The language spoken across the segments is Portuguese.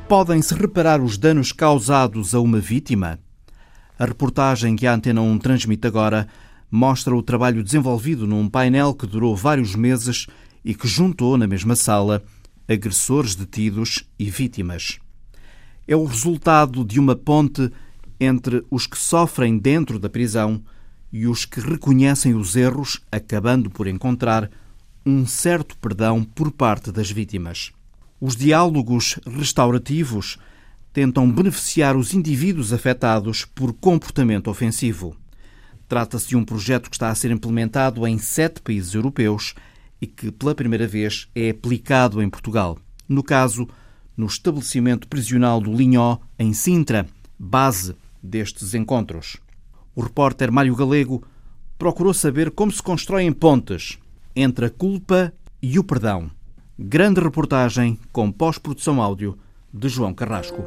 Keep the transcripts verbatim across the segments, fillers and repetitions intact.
Podem-se reparar os danos causados a uma vítima? A reportagem que a Antena um transmite agora mostra o trabalho desenvolvido num painel que durou vários meses e que juntou na mesma sala agressores detidos e vítimas. É o resultado de uma ponte entre os que sofrem dentro da prisão e os que reconhecem os erros, acabando por encontrar um certo perdão por parte das vítimas. Os diálogos restaurativos tentam beneficiar os indivíduos afetados por comportamento ofensivo. Trata-se de um projeto que está a ser implementado em sete países europeus e que, pela primeira vez, é aplicado em Portugal. No caso, no estabelecimento prisional do Linhó, em Sintra, base destes encontros. O repórter Mário Galego procurou saber como se constroem pontes entre a culpa e o perdão. Grande reportagem com pós-produção áudio de João Carrasco.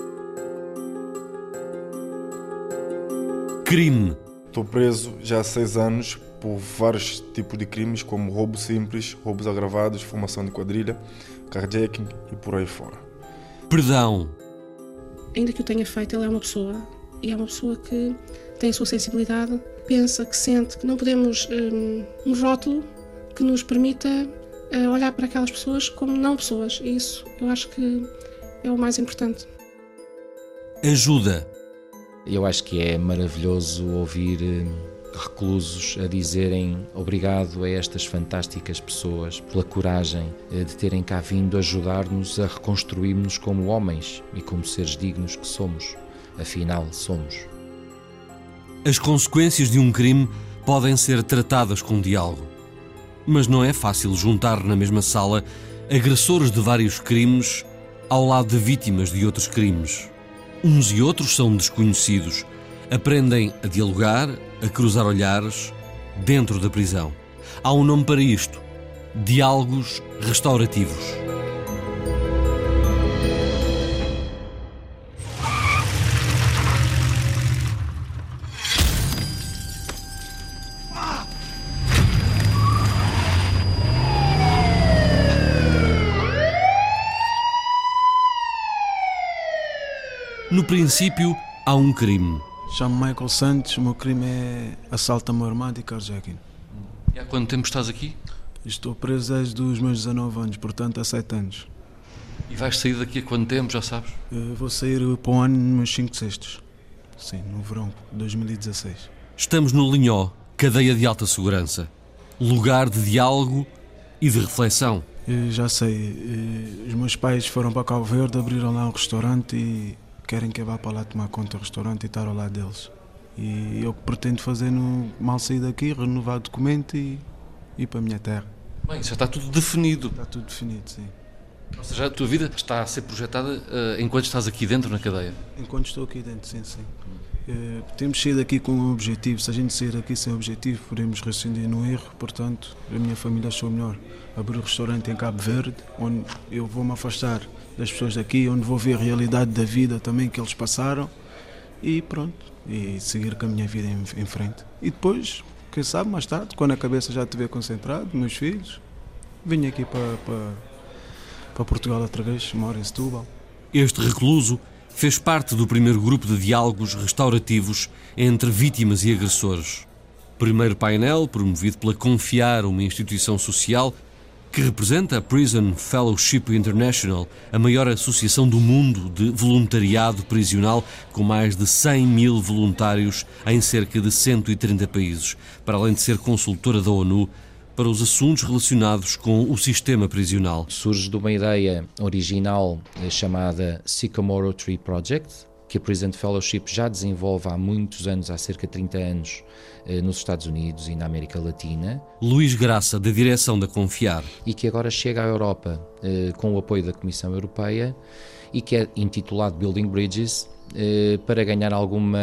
Crime. Estou preso já há seis anos por vários tipos de crimes, como roubo simples, roubos agravados, formação de quadrilha, carjacking e por aí fora. Perdão. Ainda que o tenha feito, ele é uma pessoa. E é uma pessoa que tem a sua sensibilidade, pensa, que sente, que não podemos um, um rótulo que nos permita uh, olhar para aquelas pessoas como não pessoas. E isso eu acho que é o mais importante. Ajuda. Eu acho que é maravilhoso ouvir reclusos a dizerem obrigado a estas fantásticas pessoas pela coragem de terem cá vindo ajudar-nos a reconstruirmos como homens e como seres dignos que somos. Afinal, somos. As consequências de um crime podem ser tratadas com diálogo. Mas não é fácil juntar na mesma sala agressores de vários crimes ao lado de vítimas de outros crimes. Uns e outros são desconhecidos. Aprendem a dialogar, a cruzar olhares, dentro da prisão. Há um nome para isto: diálogos restaurativos. No princípio, há um crime. Chamo-me Michael Santos, o meu crime é assalto a meu irmão e carjacking. E há quanto tempo estás aqui? Estou preso desde os meus dezanove anos, portanto há sete anos. E vais sair daqui a quanto tempo, já sabes? Eu vou sair para o ano nos meus cinco sextos. Sim, no verão de dois mil e dezasseis. Estamos no Linhó, cadeia de alta segurança. Lugar de diálogo e de reflexão. Eu já sei, os meus pais foram para Cabo Verde, abriram lá um restaurante e querem que eu vá para lá tomar conta do restaurante e estar ao lado deles. E eu que pretendo fazer no mal sair daqui, renovar o documento e ir para a minha terra. Bem, já está tudo definido. Está tudo definido, sim. Ou seja, a tua vida está a ser projetada uh, enquanto estás aqui dentro na cadeia? Enquanto estou aqui dentro, sim, sim. Uh, temos saído aqui com um objetivo. Se a gente sair aqui sem objetivo, podemos rescindir no erro. Portanto, a minha família achou melhor abrir um restaurante em Cabo Verde, onde eu vou-me afastar das pessoas daqui, onde vou ver a realidade da vida também que eles passaram e pronto, e seguir com a minha vida em, em frente. E depois, quem sabe, mais tarde, quando a cabeça já estiver concentrada, meus filhos, venho aqui para, para, para Portugal outra vez, moro em Setúbal. Este recluso fez parte do primeiro grupo de diálogos restaurativos entre vítimas e agressores. Primeiro painel, promovido pela Confiar, uma instituição social que representa a Prison Fellowship International, a maior associação do mundo de voluntariado prisional, com mais de cem mil voluntários em cerca de cento e trinta países, para além de ser consultora da ONU para os assuntos relacionados com o sistema prisional. Surge de uma ideia original chamada Sycamore Tree Project, que a Prison Fellowship já desenvolve há muitos anos, há cerca de trinta anos, nos Estados Unidos e na América Latina. Luís Graça, da direção da Confiar. E que agora chega à Europa eh, com o apoio da Comissão Europeia e que é intitulado Building Bridges eh, para ganhar alguma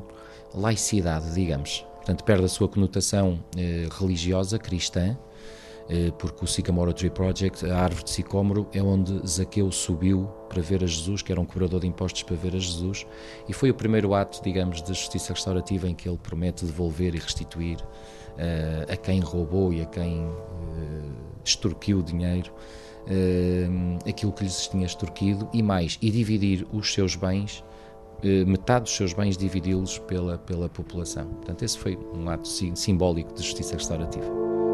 laicidade, digamos. Portanto, perde a sua conotação eh, religiosa, cristã, eh, porque o Sycamore Tree Project, a árvore de sicômoro, é onde Zaqueu subiu para ver a Jesus, que era um cobrador de impostos para ver a Jesus, e foi o primeiro ato, digamos, de justiça restaurativa em que ele promete devolver e restituir uh, a quem roubou e a quem uh, extorquiu dinheiro uh, aquilo que lhes tinha extorquido e mais, e dividir os seus bens, uh, metade dos seus bens dividi-los pela, pela população. Portanto, esse foi um ato sim, simbólico de justiça restaurativa.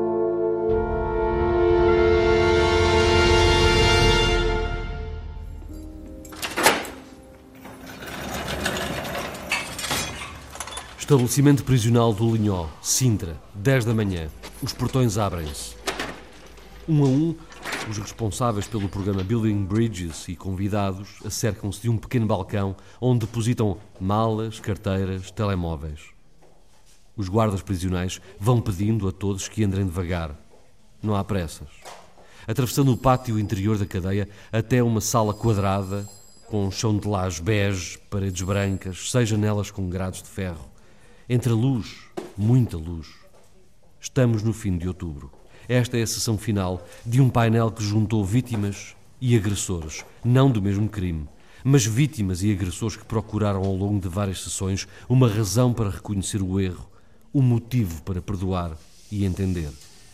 Estabelecimento prisional do Linhó, Sintra, dez da manhã. Os portões abrem-se. Um a um, os responsáveis pelo programa Building Bridges e convidados acercam-se de um pequeno balcão onde depositam malas, carteiras, telemóveis. Os guardas prisionais vão pedindo a todos que entrem devagar. Não há pressas. Atravessando o pátio interior da cadeia até uma sala quadrada com um chão de laje bege, paredes brancas, seis janelas com grades de ferro. Entre a luz, muita luz. Estamos no fim de outubro. Esta é a sessão final de um painel que juntou vítimas e agressores, não do mesmo crime, mas vítimas e agressores que procuraram ao longo de várias sessões uma razão para reconhecer o erro, um motivo para perdoar e entender.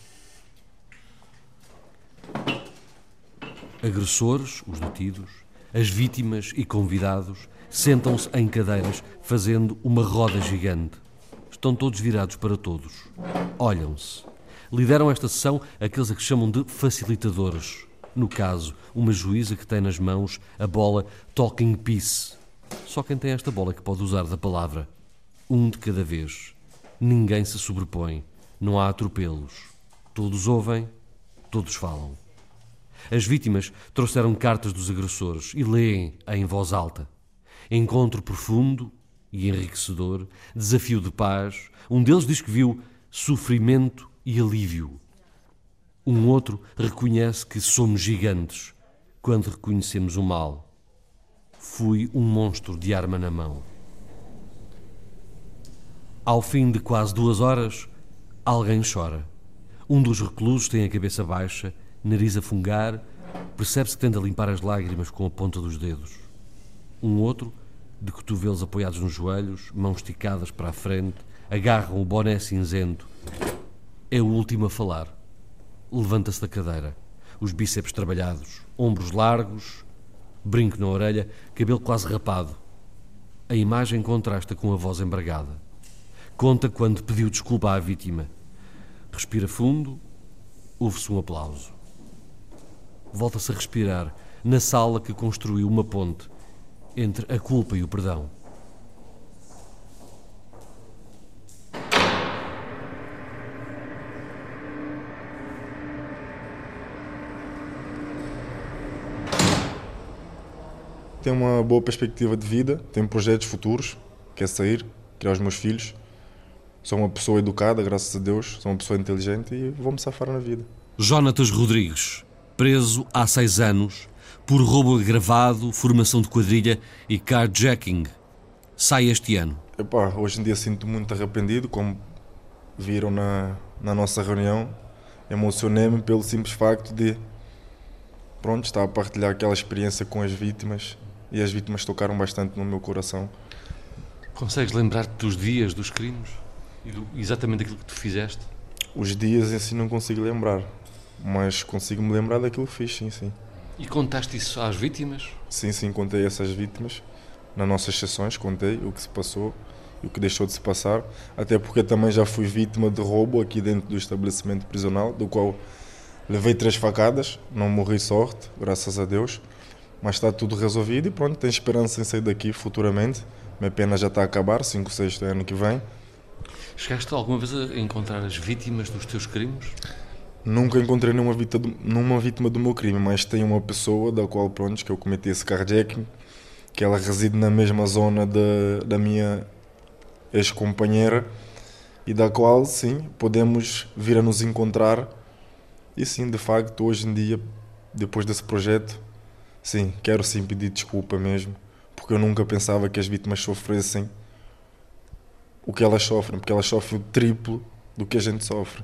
Agressores, os detidos, as vítimas e convidados sentam-se em cadeiras fazendo uma roda gigante. Estão todos virados para todos. Olham-se. Lideram esta sessão aqueles a que chamam de facilitadores. No caso, uma juíza que tem nas mãos a bola Talking Peace. Só quem tem esta bola é que pode usar da palavra. Um de cada vez. Ninguém se sobrepõe. Não há atropelos. Todos ouvem, todos falam. As vítimas trouxeram cartas dos agressores e leem em voz alta. Encontro profundo e enriquecedor, desafio de paz. Um deles diz que viu sofrimento e alívio. Um outro reconhece que somos gigantes quando reconhecemos o mal. Fui um monstro de arma na mão. Ao fim de quase duas horas, alguém chora. Um dos reclusos tem a cabeça baixa, nariz a fungar, percebe-se que tenta limpar as lágrimas com a ponta dos dedos. Um outro, de cotovelos apoiados nos joelhos, mãos esticadas para a frente, agarram o boné cinzento. É o último a falar. Levanta-se da cadeira, os bíceps trabalhados, ombros largos, brinco na orelha, cabelo quase rapado. A imagem contrasta com a voz embragada. Conta quando pediu desculpa à vítima. Respira fundo, ouve-se um aplauso. Volta-se a respirar na sala que construiu uma ponte entre a culpa e o perdão. Tenho uma boa perspectiva de vida, tenho projetos futuros, quero sair, criar os meus filhos. Sou uma pessoa educada, graças a Deus, sou uma pessoa inteligente e vou-me safar na vida. Jónatas Rodrigues, preso há seis anos por roubo agravado, formação de quadrilha e carjacking. Sai este ano. Epá, hoje em dia sinto-me muito arrependido, como viram na, na nossa reunião. Emocionei-me pelo simples facto de, pronto, estar a partilhar aquela experiência com as vítimas e as vítimas tocaram bastante no meu coração. Consegues lembrar-te dos dias dos crimes? E do, exatamente aquilo que tu fizeste? Os dias em si não consigo lembrar, mas consigo-me lembrar daquilo que fiz, sim, sim. E contaste isso às vítimas? Sim, sim, contei essas vítimas. Nas nossas sessões contei o que se passou e o que deixou de se passar. Até porque também já fui vítima de roubo aqui dentro do estabelecimento prisional, do qual levei três facadas, não morri sorte, graças a Deus. Mas está tudo resolvido e pronto, tenho esperança em sair daqui futuramente. Minha pena já está a acabar, cinco, seis ano que vem. Chegaste alguma vez a encontrar as vítimas dos teus crimes? Nunca encontrei nenhuma vítima, do, nenhuma vítima do meu crime, mas tem uma pessoa da qual, pronto, que eu cometi esse carjacking, que ela reside na mesma zona de, da minha ex-companheira e da qual, sim, podemos vir a nos encontrar. E sim, de facto, hoje em dia, depois desse projeto, sim, quero sim pedir desculpa mesmo, porque eu nunca pensava que as vítimas sofressem o que elas sofrem, porque elas sofrem o triplo do que a gente sofre.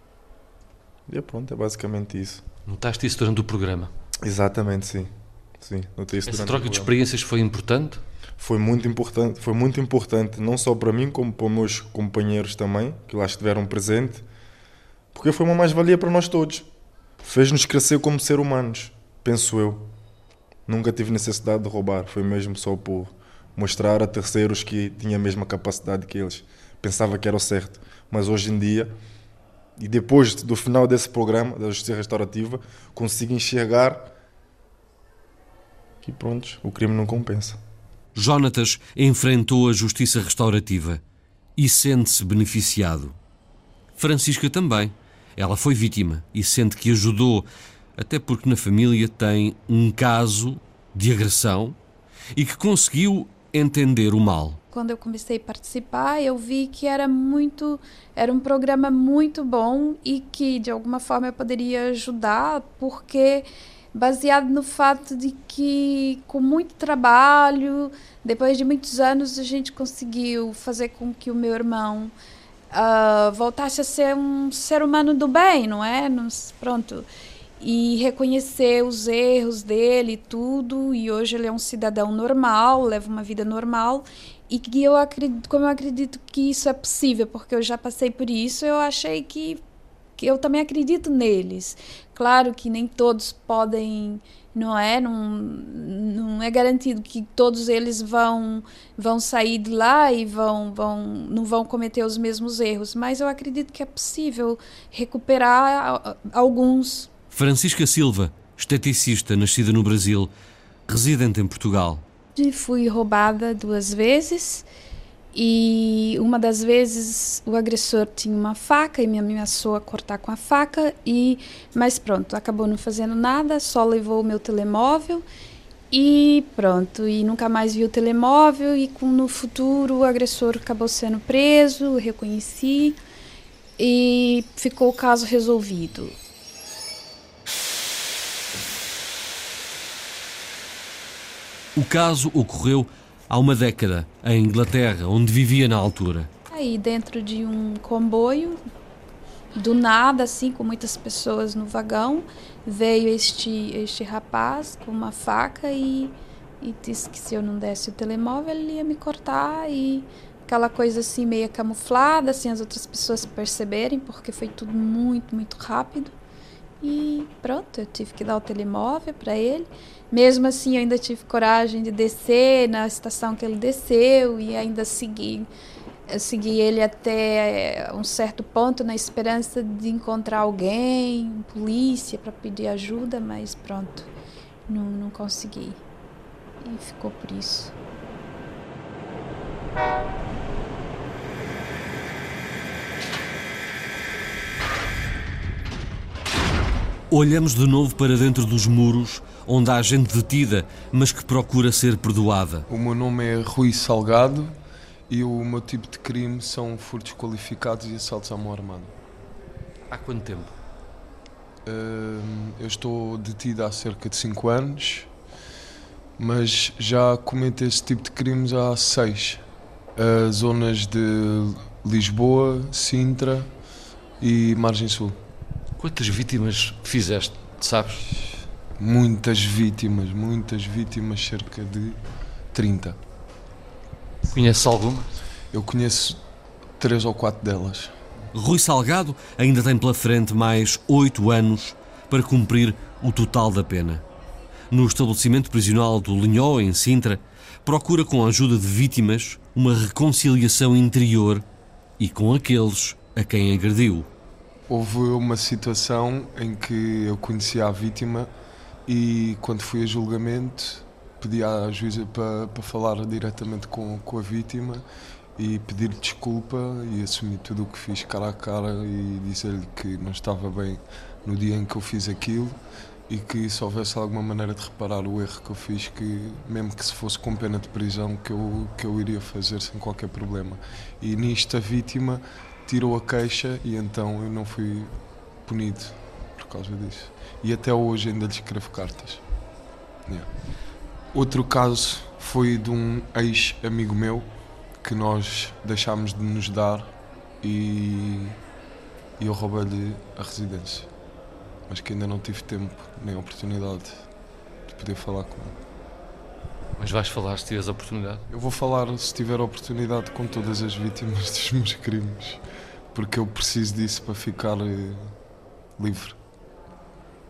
E pronto, é basicamente isso. Notaste isso durante o programa? Exatamente, sim. Sim, notei isso. Essa troca de experiências foi importante? Foi muito importante, foi muito importante, não só para mim, como para os meus companheiros também, que lá estiveram presentes, porque foi uma mais-valia para nós todos. fez-nos crescer como ser humanos, penso eu. Nunca tive necessidade de roubar, foi mesmo só por mostrar a terceiros que tinha a mesma capacidade que eles. Pensava que era o certo, mas hoje em dia, e depois do final desse programa, da Justiça Restaurativa, consigo enxergar que pronto, o crime não compensa. Jónatas enfrentou a Justiça Restaurativa e sente-se beneficiado. Francisca também. Ela foi vítima e sente que ajudou, até porque na família tem um caso de agressão e que conseguiu entender o mal. Quando eu comecei a participar, eu vi que era muito, era um programa muito bom e que de alguma forma eu poderia ajudar, porque baseado no fato de que com muito trabalho, depois de muitos anos, a gente conseguiu fazer com que o meu irmão uh, voltasse a ser um ser humano do bem, não é? Nos, pronto. E reconhecer os erros dele e tudo, e hoje ele é um cidadão normal, leva uma vida normal, e que eu acredito, como eu acredito que isso é possível, porque eu já passei por isso, eu achei que, que eu também acredito neles. Claro que nem todos podem, não é? Não, não é garantido que todos eles vão, vão sair de lá e vão, vão, não vão cometer os mesmos erros, mas eu acredito que é possível recuperar alguns. Francisca Silva, esteticista, nascida no Brasil, residente em Portugal. Fui roubada duas vezes e uma das vezes o agressor tinha uma faca e me ameaçou a cortar com a faca, e, mas pronto, acabou não fazendo nada, só levou o meu telemóvel e pronto, e nunca mais vi o telemóvel, e com, no futuro o agressor acabou sendo preso, eu reconheci e ficou o caso resolvido. O caso ocorreu há uma década, em Inglaterra, onde vivia na altura. Aí dentro de um comboio, do nada, assim, com muitas pessoas no vagão, veio este, este rapaz com uma faca e, e disse que se eu não desse o telemóvel, ele ia me cortar, e aquela coisa assim meio camuflada, assim, as outras pessoas perceberem, porque foi tudo muito, muito rápido. E pronto, eu tive que dar o telemóvel para ele. Mesmo assim, eu ainda tive coragem de descer na estação que ele desceu e ainda seguir, segui ele até um certo ponto na esperança de encontrar alguém, polícia, para pedir ajuda, mas pronto, não, não consegui. E ficou por isso. Olhamos de novo para dentro dos muros, onde há gente detida, mas que procura ser perdoada. O meu nome é Rui Salgado e o meu tipo de crime são furtos qualificados e assaltos à mão armada. Há quanto tempo? Uh, eu estou detido há cerca de cinco anos, mas já cometo esse tipo de crimes há seis. Uh, zonas de Lisboa, Sintra e Margem Sul. Quantas vítimas fizeste, sabes? Muitas vítimas, muitas vítimas, cerca de trinta. Conheces alguma? Eu conheço três ou quatro delas. Rui Salgado ainda tem pela frente mais oito anos para cumprir o total da pena. No estabelecimento prisional do Linhó, em Sintra, procura, com a ajuda de vítimas, uma reconciliação interior e com aqueles a quem agrediu. Houve uma situação em que eu conhecia a vítima e, quando fui a julgamento, pedi à juíza para, para falar diretamente com, com a vítima e pedir-lhe desculpa e assumir tudo o que fiz cara a cara e dizer-lhe que não estava bem no dia em que eu fiz aquilo e que, se houvesse alguma maneira de reparar o erro que eu fiz, que mesmo que se fosse com pena de prisão, que eu, que eu iria fazer sem qualquer problema. E nisto a vítima tirou a queixa e então eu não fui punido por causa disso. E até hoje ainda lhe escrevo cartas. Yeah. Outro caso foi de um ex-amigo meu que nós deixámos de nos dar e, e eu roubei-lhe a residência. Mas que ainda não tive tempo nem oportunidade de poder falar com ele. Mas vais falar se tiveres a oportunidade? Eu vou falar se tiver a oportunidade com todas as vítimas dos meus crimes, porque eu preciso disso para ficar eh, livre.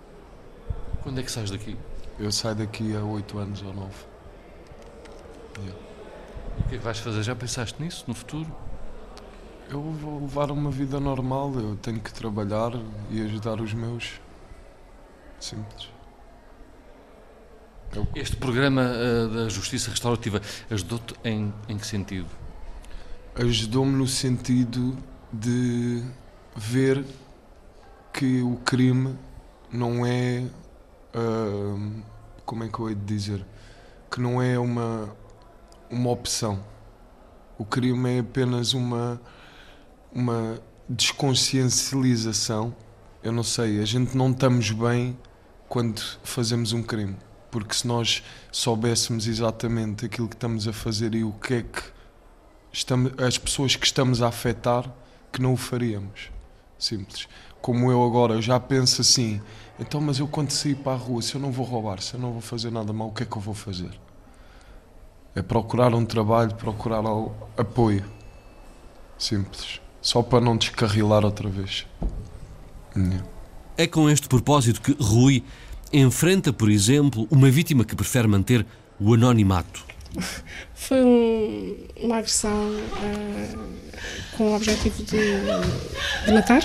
Quando é que sais daqui? Eu saio daqui há oito anos ou nove. Yeah. E o que é que vais fazer? Já pensaste nisso, no futuro? Eu vou levar uma vida normal, eu tenho que trabalhar e ajudar os meus. Simples. Eu... Este programa uh, da Justiça Restaurativa ajudou-te em, em que sentido? Ajudou-me no sentido de ver que o crime não é... Uh, como é que eu hei de dizer? Que não é uma, uma opção. O crime é apenas uma, uma desconsciencialização. Eu não sei, a gente não estamos bem quando fazemos um crime. Porque se nós soubéssemos exatamente aquilo que estamos a fazer e o que é que estamos, as pessoas que estamos a afetar, que não o faríamos. Simples. Como eu agora, eu já penso assim, então, mas eu quando sair para a rua, se eu não vou roubar, se eu não vou fazer nada mal, o que é que eu vou fazer? É procurar um trabalho, procurar apoio. Simples. Só para não descarrilar outra vez. Yeah. É com este propósito que Rui enfrenta, por exemplo, uma vítima que prefere manter o anonimato. Foi um, uma agressão uh, com o objetivo de, de matar.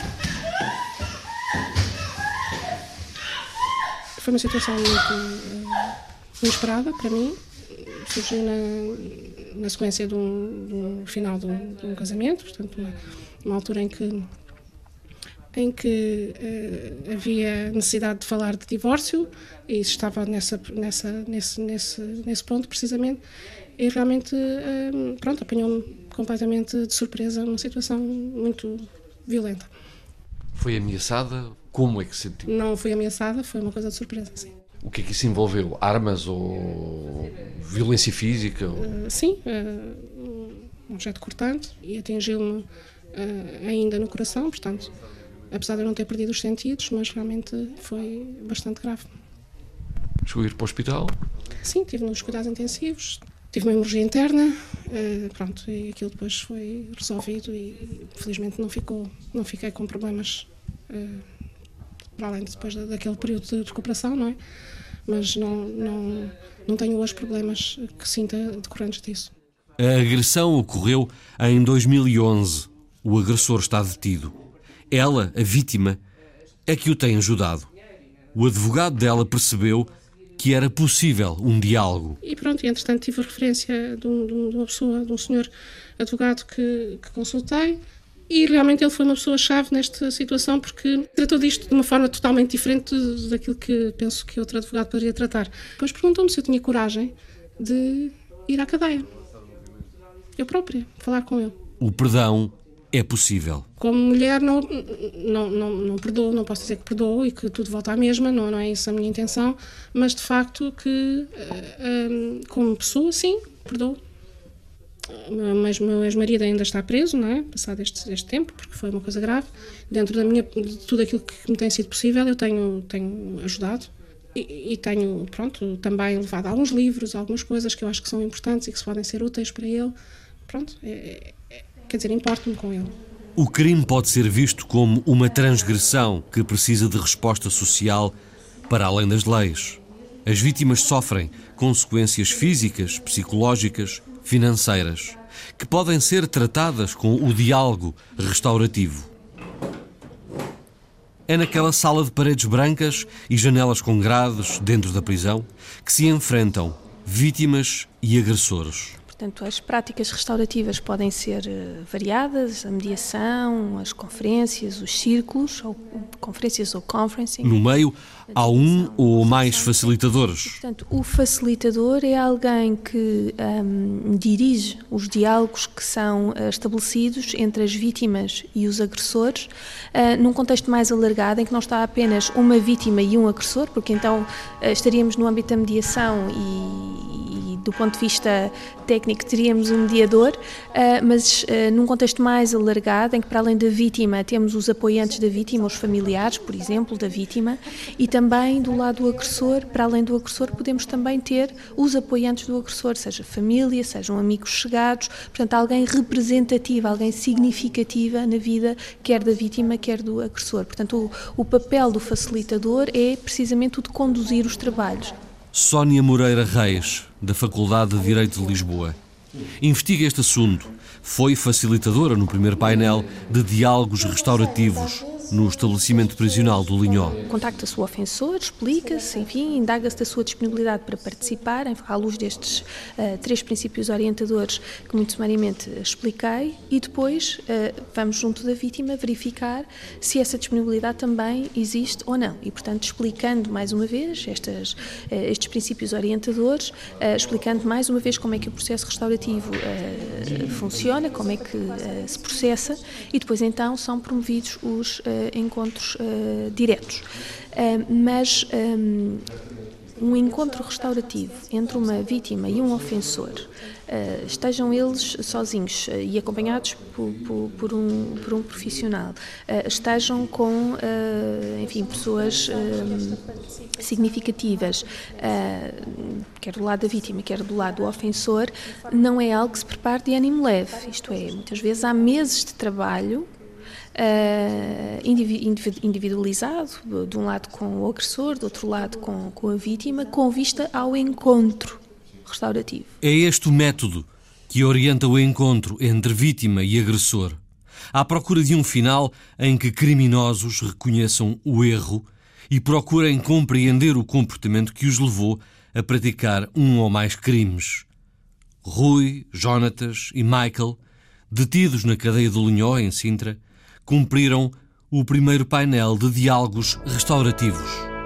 Foi uma situação muito uh, inesperada para mim. Surgiu na, na sequência de um, de um final de um, de um casamento, portanto, uma, uma altura em que em que uh, havia necessidade de falar de divórcio e estava nessa, nessa, nesse, nesse, nesse ponto precisamente e realmente uh, pronto, apanhou-me completamente de surpresa numa situação muito violenta. Foi ameaçada? Como é que se sentiu? Não fui ameaçada, foi uma coisa de surpresa, sim. O que é que isso envolveu? Armas ou violência física? Ou... Uh, sim, uh, um objeto cortante e atingiu-me uh, ainda no coração, portanto, apesar de eu não ter perdido os sentidos, mas realmente foi bastante grave. Chegou a ir para o hospital? Sim, estive nos cuidados intensivos, tive uma hemorragia interna, uh, pronto, e aquilo depois foi resolvido e felizmente não, ficou, não fiquei com problemas uh, para além de depois daquele período de recuperação, não é? Mas não, não, não tenho hoje problemas que sinta decorrentes disso. A agressão ocorreu em dois mil e onze. O agressor está detido. Ela, a vítima, é que o tem ajudado. O advogado dela percebeu que era possível um diálogo. E pronto, e entretanto tive a referência de, um, de uma pessoa, de um senhor advogado que, que consultei e realmente ele foi uma pessoa-chave nesta situação porque tratou disto de uma forma totalmente diferente daquilo que penso que outro advogado poderia tratar. Depois perguntou-me se eu tinha coragem de ir à cadeia. Eu própria, falar com ele. O perdão é possível. Como mulher não, não, não, não perdoo, não posso dizer que perdoo e que tudo volta à mesma, não, não é isso a minha intenção, mas de facto que um, como pessoa, sim, perdoo. Mas o meu ex-marido ainda está preso, não é? Passado este, este tempo, porque foi uma coisa grave. Dentro da minha, de tudo aquilo que me tem sido possível, eu tenho, tenho ajudado e, e tenho, pronto, também levado alguns livros, algumas coisas que eu acho que são importantes e que podem ser úteis para ele. Pronto, é, é, quer dizer, importo-me com ele. O crime pode ser visto como uma transgressão que precisa de resposta social para além das leis. As vítimas sofrem consequências físicas, psicológicas, financeiras, que podem ser tratadas com o diálogo restaurativo. É naquela sala de paredes brancas e janelas com grades dentro da prisão que se enfrentam vítimas e agressores. Portanto, as práticas restaurativas podem ser variadas, a mediação, as conferências, os círculos, ou conferências ou conferencing. No meio, há um ou mais facilitadores. Portanto, o facilitador é alguém que um, dirige os diálogos que são uh, estabelecidos entre as vítimas e os agressores, uh, num contexto mais alargado, em que não está apenas uma vítima e um agressor, porque então uh, estaríamos no âmbito da mediação e do ponto de vista técnico teríamos um mediador, mas num contexto mais alargado, em que para além da vítima temos os apoiantes da vítima, os familiares, por exemplo, da vítima, e também do lado do agressor, para além do agressor podemos também ter os apoiantes do agressor, seja família, sejam amigos chegados, portanto alguém representativo, alguém significativa na vida quer da vítima, quer do agressor. Portanto o, o papel do facilitador é precisamente o de conduzir os trabalhos. Sónia Moreira Reis, da Faculdade de Direito de Lisboa, investiga este assunto. Foi facilitadora no primeiro painel de diálogos restaurativos no estabelecimento prisional do Linhó. Contacta-se o ofensor, explica-se, enfim, indaga-se da sua disponibilidade para participar, à luz destes uh, três princípios orientadores que muito sumariamente expliquei, e depois uh, vamos junto da vítima verificar se essa disponibilidade também existe ou não. E, portanto, explicando mais uma vez estas, uh, estes princípios orientadores, uh, explicando mais uma vez como é que o processo restaurativo uh, funciona, como é que uh, se processa, e depois então são promovidos os uh, encontros uh, diretos. Uh, mas um, um encontro restaurativo entre uma vítima e um ofensor, uh, estejam eles sozinhos uh, e acompanhados por, por, por, um, por um profissional, uh, estejam com, uh, enfim, pessoas uh, significativas, uh, quer do lado da vítima, quer do lado do ofensor, não é algo que se prepare de ânimo leve. Isto é, muitas vezes há meses de trabalho Uh, individualizado, de um lado com o agressor, do outro lado com, com a vítima, com vista ao encontro restaurativo. É este o método que orienta o encontro entre vítima e agressor, à procura de um final em que criminosos reconheçam o erro e procurem compreender o comportamento que os levou a praticar um ou mais crimes. Rui, Jonatas e Michael, detidos na cadeia do Linhó, em Sintra, cumpriram o primeiro painel de diálogos restaurativos.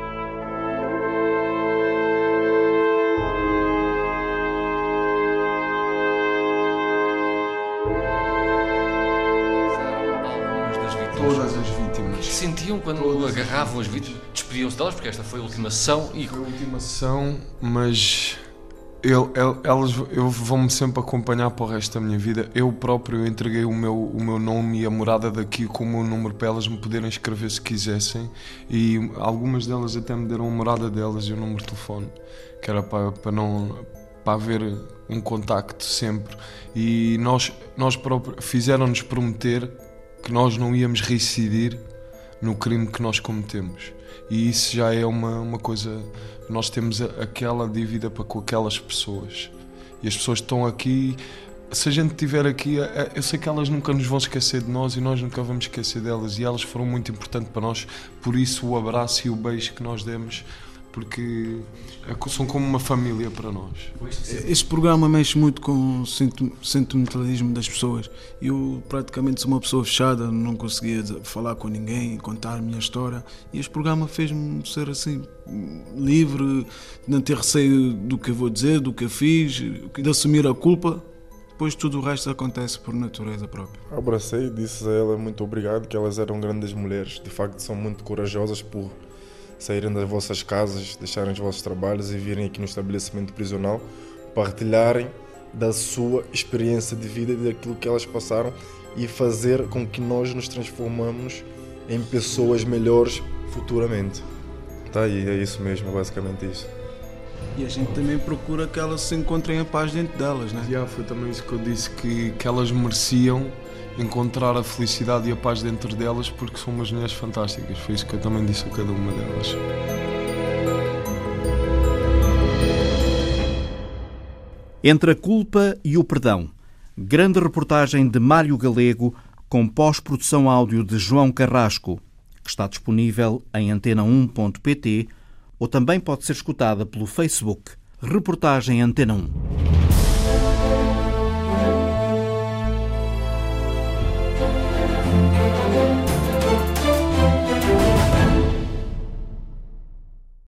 Todas as vítimas. O que sentiam quando Todas agarravam as vítimas? Despediam-se delas, porque esta foi a última sessão. E... Foi a última sessão, mas eu, eu, elas eu, vão-me sempre acompanhar para o resto da minha vida. Eu próprio entreguei o meu, o meu nome e a morada daqui com o meu número para elas me poderem escrever se quisessem. E algumas delas até me deram a morada delas e o número de telefone, que era para, para, não, para haver um contacto sempre. E nós, nós próprios fizeram-nos prometer que nós não íamos reincidir no crime que nós cometemos. E isso já é uma, uma coisa... Nós temos aquela dívida para com aquelas pessoas. E as pessoas estão aqui... Se a gente estiver aqui, eu sei que elas nunca nos vão esquecer de nós e nós nunca vamos esquecer delas. E elas foram muito importantes para nós. Por isso o abraço e o beijo que nós demos, porque são como uma família para nós. Este programa mexe muito com o sentimentalismo das pessoas. Eu praticamente sou uma pessoa fechada, não conseguia falar com ninguém, contar a minha história. E este programa fez-me ser assim, livre, não ter receio do que eu vou dizer, do que eu fiz, de assumir a culpa. Depois tudo o resto acontece por natureza própria. Abracei e disse a ela muito obrigado, que elas eram grandes mulheres. De facto são muito corajosas por saírem das vossas casas, deixarem os vossos trabalhos e virem aqui no estabelecimento prisional, partilharem da sua experiência de vida e daquilo que elas passaram e fazer com que nós nos transformamos em pessoas melhores futuramente. Tá aí, é isso mesmo, é basicamente isso. E a gente também procura que elas se encontrem em paz dentro delas, né? Yeah, foi também isso que eu disse, que, que elas mereciam encontrar a felicidade e a paz dentro delas, porque são umas mulheres fantásticas. Foi isso que eu também disse a cada uma delas. Entre a culpa e o perdão. Grande reportagem de Mário Galego, com pós-produção áudio de João Carrasco, que está disponível em antena um ponto pt ou também pode ser escutada pelo Facebook. Reportagem Antena um.